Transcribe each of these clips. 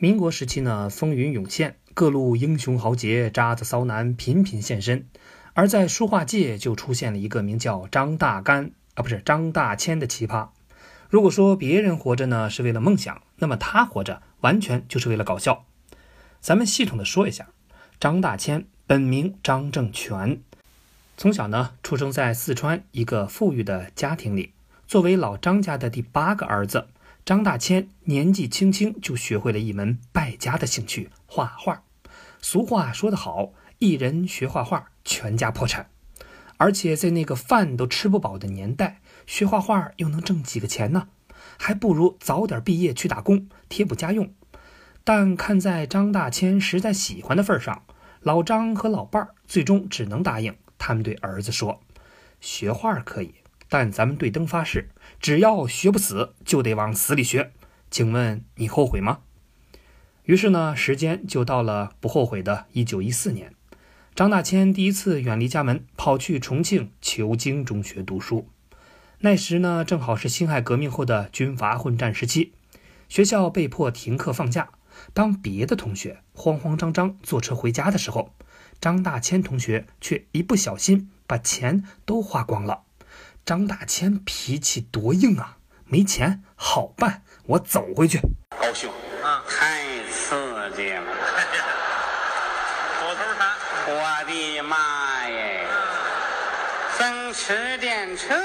民国时期呢，风云涌现，各路英雄豪杰、渣子骚男频频现身。而在书画界就出现了一个名叫张大千的奇葩。如果说别人活着呢是为了梦想，那么他活着完全就是为了搞笑。咱们系统的说一下，张大千本名张正全，从小呢出生在四川一个富裕的家庭里，作为老张家的第8个儿子，张大千年纪轻轻就学会了一门败家的兴趣——画画。俗话说得好，一人学画画，全家破产。而且在那个饭都吃不饱的年代，学画画又能挣几个钱呢？还不如早点毕业去打工，贴补家用。但看在张大千实在喜欢的份上，老张和老伴儿最终只能答应。他们对儿子说：学画可以，但咱们对灯发誓，只要学不死，就得往死里学。请问你后悔吗？于是呢，时间就到了不后悔的1914年，张大千第一次远离家门，跑去重庆求经中学读书。那时呢，正好是辛亥革命后的军阀混战时期，学校被迫停课放假。当别的同学慌慌张张坐车回家的时候，张大千同学却一不小心把钱都花光了。张大千脾气多硬啊！没钱好办，我走回去。 高兴啊，太刺激了！ 口头禅， 我的妈耶！增持电车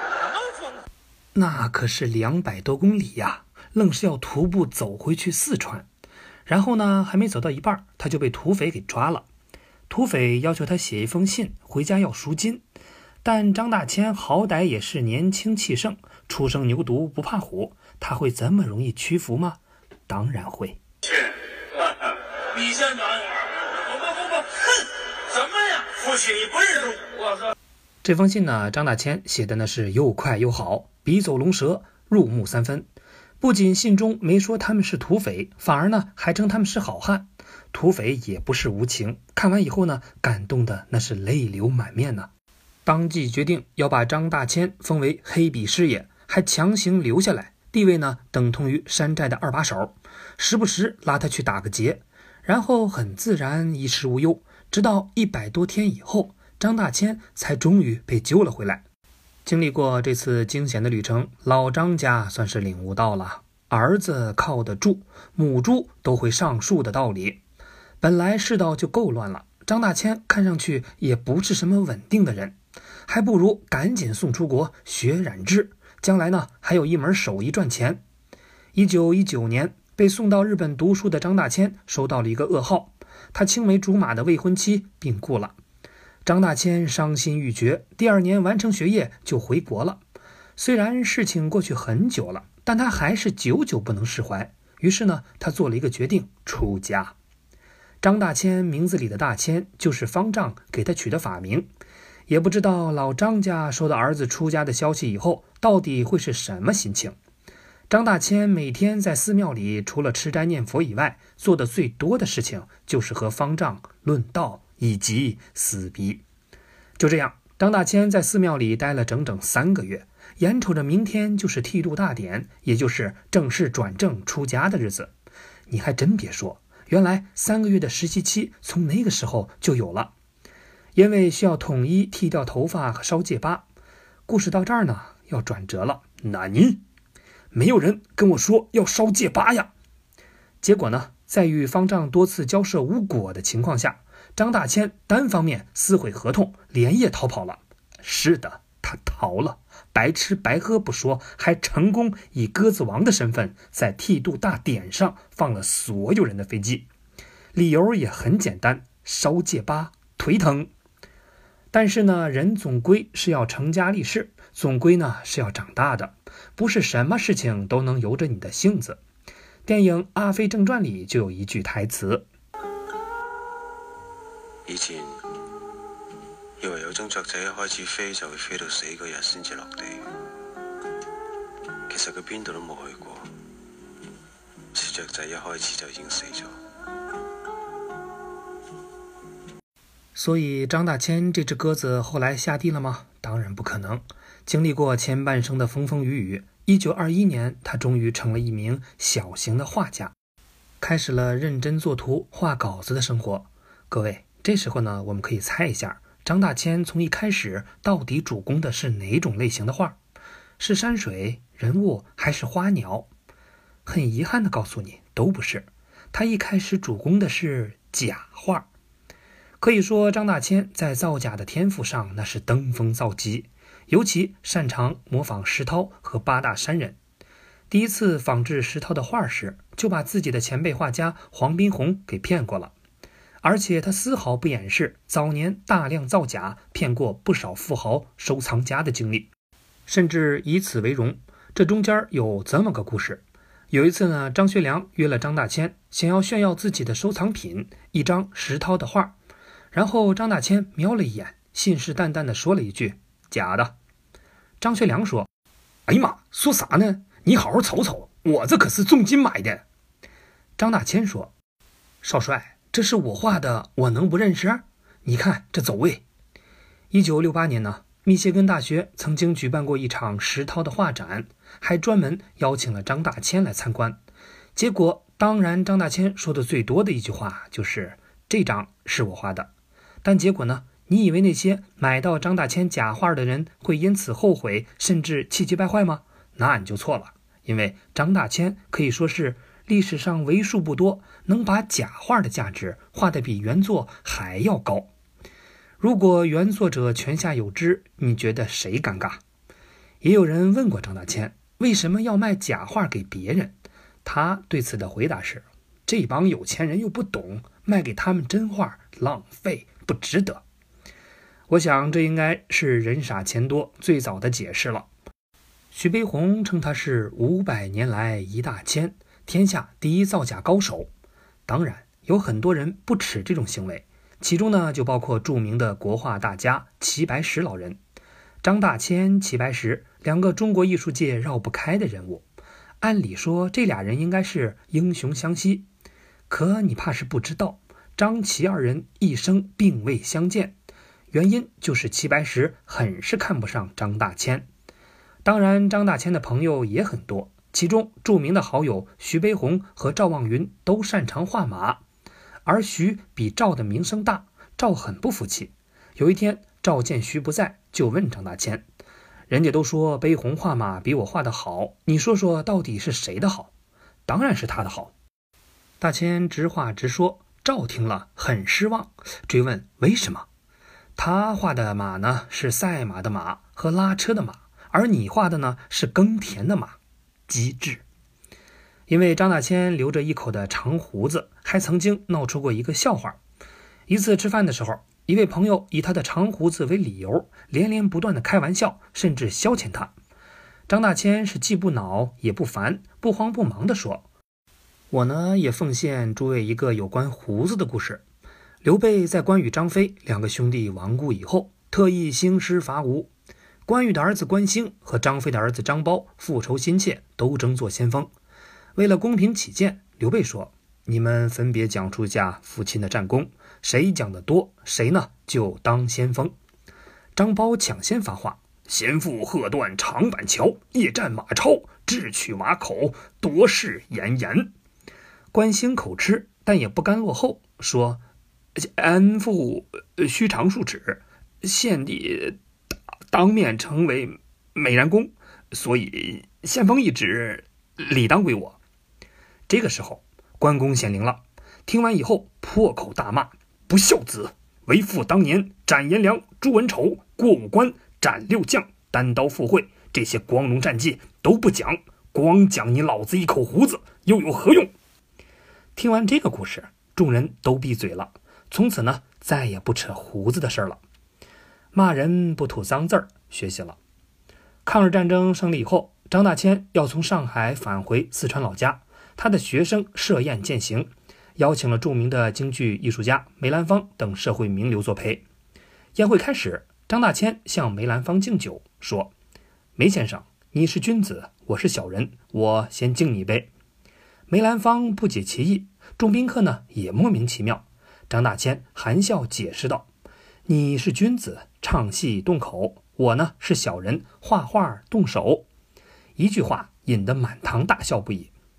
那可是200多公里呀，愣是要徒步走回去四川。然后呢，还没走到一半，他就被土匪给抓了。土匪要求他写一封信，回家要赎金。但张大千好歹也是年轻气盛，初生牛犊不怕虎，他会这么容易屈服吗？当然会。 你先等一会儿，不，哼，什么呀？父亲，你不认识我说。 这封信呢，张大千写的呢是又快又好，笔走龙蛇，入木3分。不仅信中没说他们是土匪，反而呢还称他们是好汉。土匪也不是无情，看完以后呢，感动的那是泪流满面呢。当即决定要把张大千封为黑笔师爷，还强行留下来，地位呢等同于山寨的2把手，时不时拉他去打个劫，然后很自然衣食无忧，直到100多天以后，张大千才终于被救了回来。经历过这次惊险的旅程，老张家算是领悟到了儿子靠得住，母猪都会上树的道理。本来世道就够乱了，张大千看上去也不是什么稳定的人，还不如赶紧送出国学染织，将来呢还有一门手艺赚钱。1919年被送到日本读书的张大千收到了一个噩耗，他青梅竹马的未婚妻病故了。张大千伤心欲绝，第2年完成学业就回国了。虽然事情过去很久了，但他还是久久不能释怀。于是呢，他做了一个决定，出家。张大千名字里的大千就是方丈给他取的法名。也不知道老张家收到儿子出家的消息以后，到底会是什么心情。张大千每天在寺庙里除了吃斋念佛以外，做的最多的事情就是和方丈论道以及撕逼。就这样，张大千在寺庙里待了整整3个月，眼瞅着明天就是剃度大典，也就是正式转正出家的日子。你还真别说，原来3个月的实习期从那个时候就有了。因为需要统一剃掉头发和烧戒疤，故事到这儿呢要转折了。纳尼？没有人跟我说要烧戒疤呀！结果呢，在与方丈多次交涉无果的情况下，张大千单方面撕毁合同，连夜逃跑了。是的，他逃了，白吃白喝不说，还成功以鸽子王的身份在剃度大典上放了所有人的飞机。理由也很简单，烧戒疤腿疼。但是呢，人总归是要成家立室，总归呢是要长大的，不是什么事情都能由着你的性子。电影《阿飞正传》里就有一句台词： 以前以為有種雀仔一開始飛就會飛到死嗰日先至落地，其實佢邊度都冇去過，似雀仔一開始就已經死咗。 所以张大千这只鸽子后来下地了吗？当然不可能。经历过前半生的风风雨雨，1921年他终于成了一名小型的画家。 开始了认真作图画稿子的生活。各位，这时候呢，我们可以猜一下，张大千从一开始到底主攻的是哪种类型的画？是山水、人物还是花鸟？很遗憾地告诉你，都不是。他一开始主攻的是假画。可以说张大千在造假的天赋上那是登峰造极，尤其擅长模仿石涛和八大山人。第一次仿制石涛的画时，就把自己的前辈画家黄宾虹给骗过了。而且他丝毫不掩饰早年大量造假骗过不少富豪收藏家的经历，甚至以此为荣。这中间有这么个故事。有一次呢，张学良约了张大千，想要炫耀自己的收藏品，一张石涛的画。然后张大千瞄了一眼，信誓旦旦地说了一句：假的。张学良说：哎呀妈，说啥呢？你好好瞅瞅，我这可是重金买的。张大千说：少帅，这是我画的，我能不认识？你看这走位。1968年呢，密歇根大学曾经举办过一场石涛的画展，还专门邀请了张大千来参观。结果当然张大千说的最多的一句话就是这张是我画的。但结果呢，你以为那些买到张大千假画的人会因此后悔甚至气急败坏吗？那你就错了。因为张大千可以说是历史上为数不多能把假画的价值画得比原作还要高。如果原作者泉下有知，你觉得谁尴尬？也有人问过张大千为什么要卖假画给别人，他对此的回答是：这帮有钱人又不懂，卖给他们真画浪费，不值得。我想这应该是人傻钱多最早的解释了。徐悲鸿称他是500年来一大千，天下第一造假高手。当然有很多人不耻这种行为，其中呢就包括著名的国画大家齐白石老人。张大千、齐白石两个中国艺术界绕不开的人物，按理说这俩人应该是英雄相惜，可你怕是不知道，张齐二人一生并未相见，原因就是齐白石很是看不上张大千。当然张大千的朋友也很多，其中著名的好友徐悲鸿和赵望云都擅长画马，而徐比赵的名声大，赵很不服气。有一天赵见徐不在，就问张大千：人家都说悲鸿画马比我画的好，你说说到底是谁的好？当然是他的好。大千直话直说。赵听了很失望，追问为什么？他画的马呢是赛马的马和拉车的马，而你画的呢是耕田的马。机智。因为张大千留着一口的长胡子，还曾经闹出过一个笑话。一次吃饭的时候，一位朋友以他的长胡子为理由，连连不断的开玩笑，甚至消遣他。张大千是既不恼也不烦，不慌不忙地说：我呢也奉献诸位一个有关胡子的故事。刘备在关羽、张飞两个兄弟亡故以后，特意兴师伐吴。关羽的儿子关兴和张飞的儿子张苞复仇心切，都争做先锋。为了公平起见，刘备说：你们分别讲出下父亲的战功，谁讲得多，谁呢就当先锋。张苞抢先发话：先父喝断长板桥，夜战马超，智取瓦口，夺势严严。关兴口吃，但也不甘落后，说：安父须长数尺，献帝当面成为美髯公，所以先锋一职理当归我。这个时候关公显灵了，听完以后破口大骂：不孝子！为父当年斩颜良、诛文丑，过五关，斩六将，单刀赴会，这些光荣战绩都不讲，光讲你老子一口胡子又有何用？听完这个故事，众人都闭嘴了，从此呢再也不扯胡子的事了。骂人不吐脏字儿，学习了。抗日战争胜利以后，张大千要从上海返回四川老家，他的学生设宴饯行，邀请了著名的京剧艺术家梅兰芳等社会名流作陪。宴会开始，张大千向梅兰芳敬酒，说：梅先生，你是君子，我是小人，我先敬你一杯。梅兰芳不解其意，众宾客呢也莫名其妙。张大千含笑解释道：你是君子，唱戏动口，我呢是小人，画画动手。一句话引得满堂大笑不已。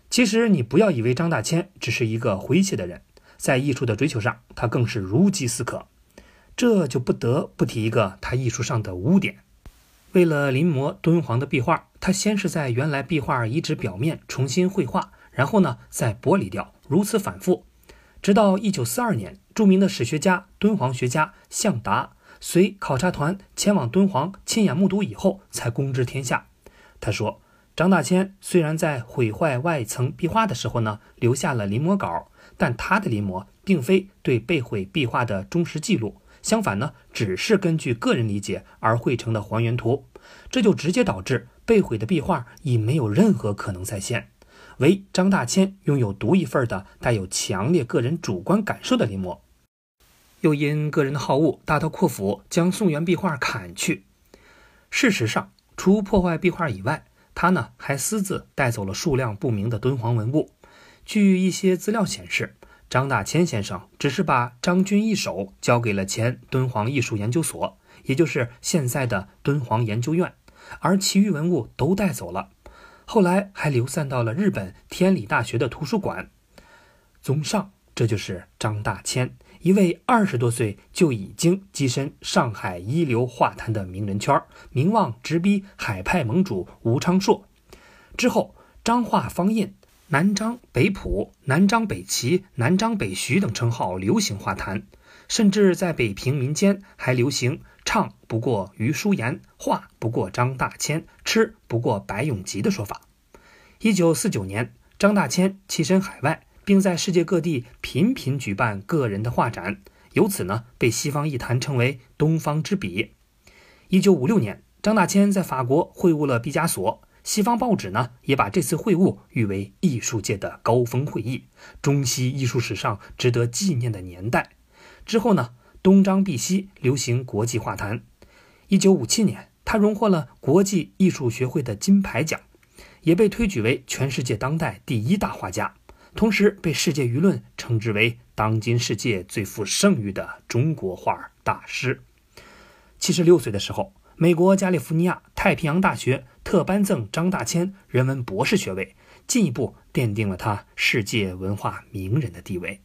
其实你不要以为张大千只是一个诙谐的人，在艺术的追求上，他更是如饥似渴。这就不得不提一个他艺术上的污点。为了临摹敦煌的壁画，他先是在原来壁画遗址表面重新绘画，然后呢再剥离掉，如此反复，直到1942年，著名的史学家、敦煌学家向达随考察团前往敦煌亲眼目睹以后，才公之天下。他说，张大千虽然在毁坏外层壁画的时候呢，留下了临摹稿，但他的临摹并非对被毁壁画的忠实记录，相反呢，只是根据个人理解而绘成的还原图，这就直接导致被毁的壁画已没有任何可能再现，唯张大千拥有独一份的带有强烈个人主观感受的临摹。又因个人的好恶，大刀阔斧将宋元壁画砍去。事实上，除破坏壁画以外，他呢还私自带走了数量不明的敦煌文物。据一些资料显示，张大千先生只是把张君一手交给了前敦煌艺术研究所，也就是现在的敦煌研究院，而其余文物都带走了，后来还流散到了日本天理大学的图书馆。综上，这就是张大千，一位20多岁就已经跻身上海一流画坛的名人圈，名望直逼海派盟主吴昌硕。之后，张画方印、南张北浦、南张北齐、南张北徐等称号流行画坛，甚至在北平民间还流行唱不过余叔岩，画不过张大千，吃不过白永吉的说法。1949年，张大千栖身海外，并在世界各地频频举办个人的画展，由此呢被西方艺坛称为东方之笔。1956年，张大千在法国会晤了毕加索，西方报纸呢也把这次会晤誉为艺术界的高峰会议，中西艺术史上值得纪念的年代。之后呢，东张毕西，流行国际画坛。1957年，他荣获了国际艺术学会的金牌奖，也被推举为全世界当代第1大画家，同时被世界舆论称之为当今世界最富盛誉的中国画大师。76岁的时候，美国加利福尼亚太平洋大学特颁赠张大千人文博士学位，进一步奠定了他世界文化名人的地位。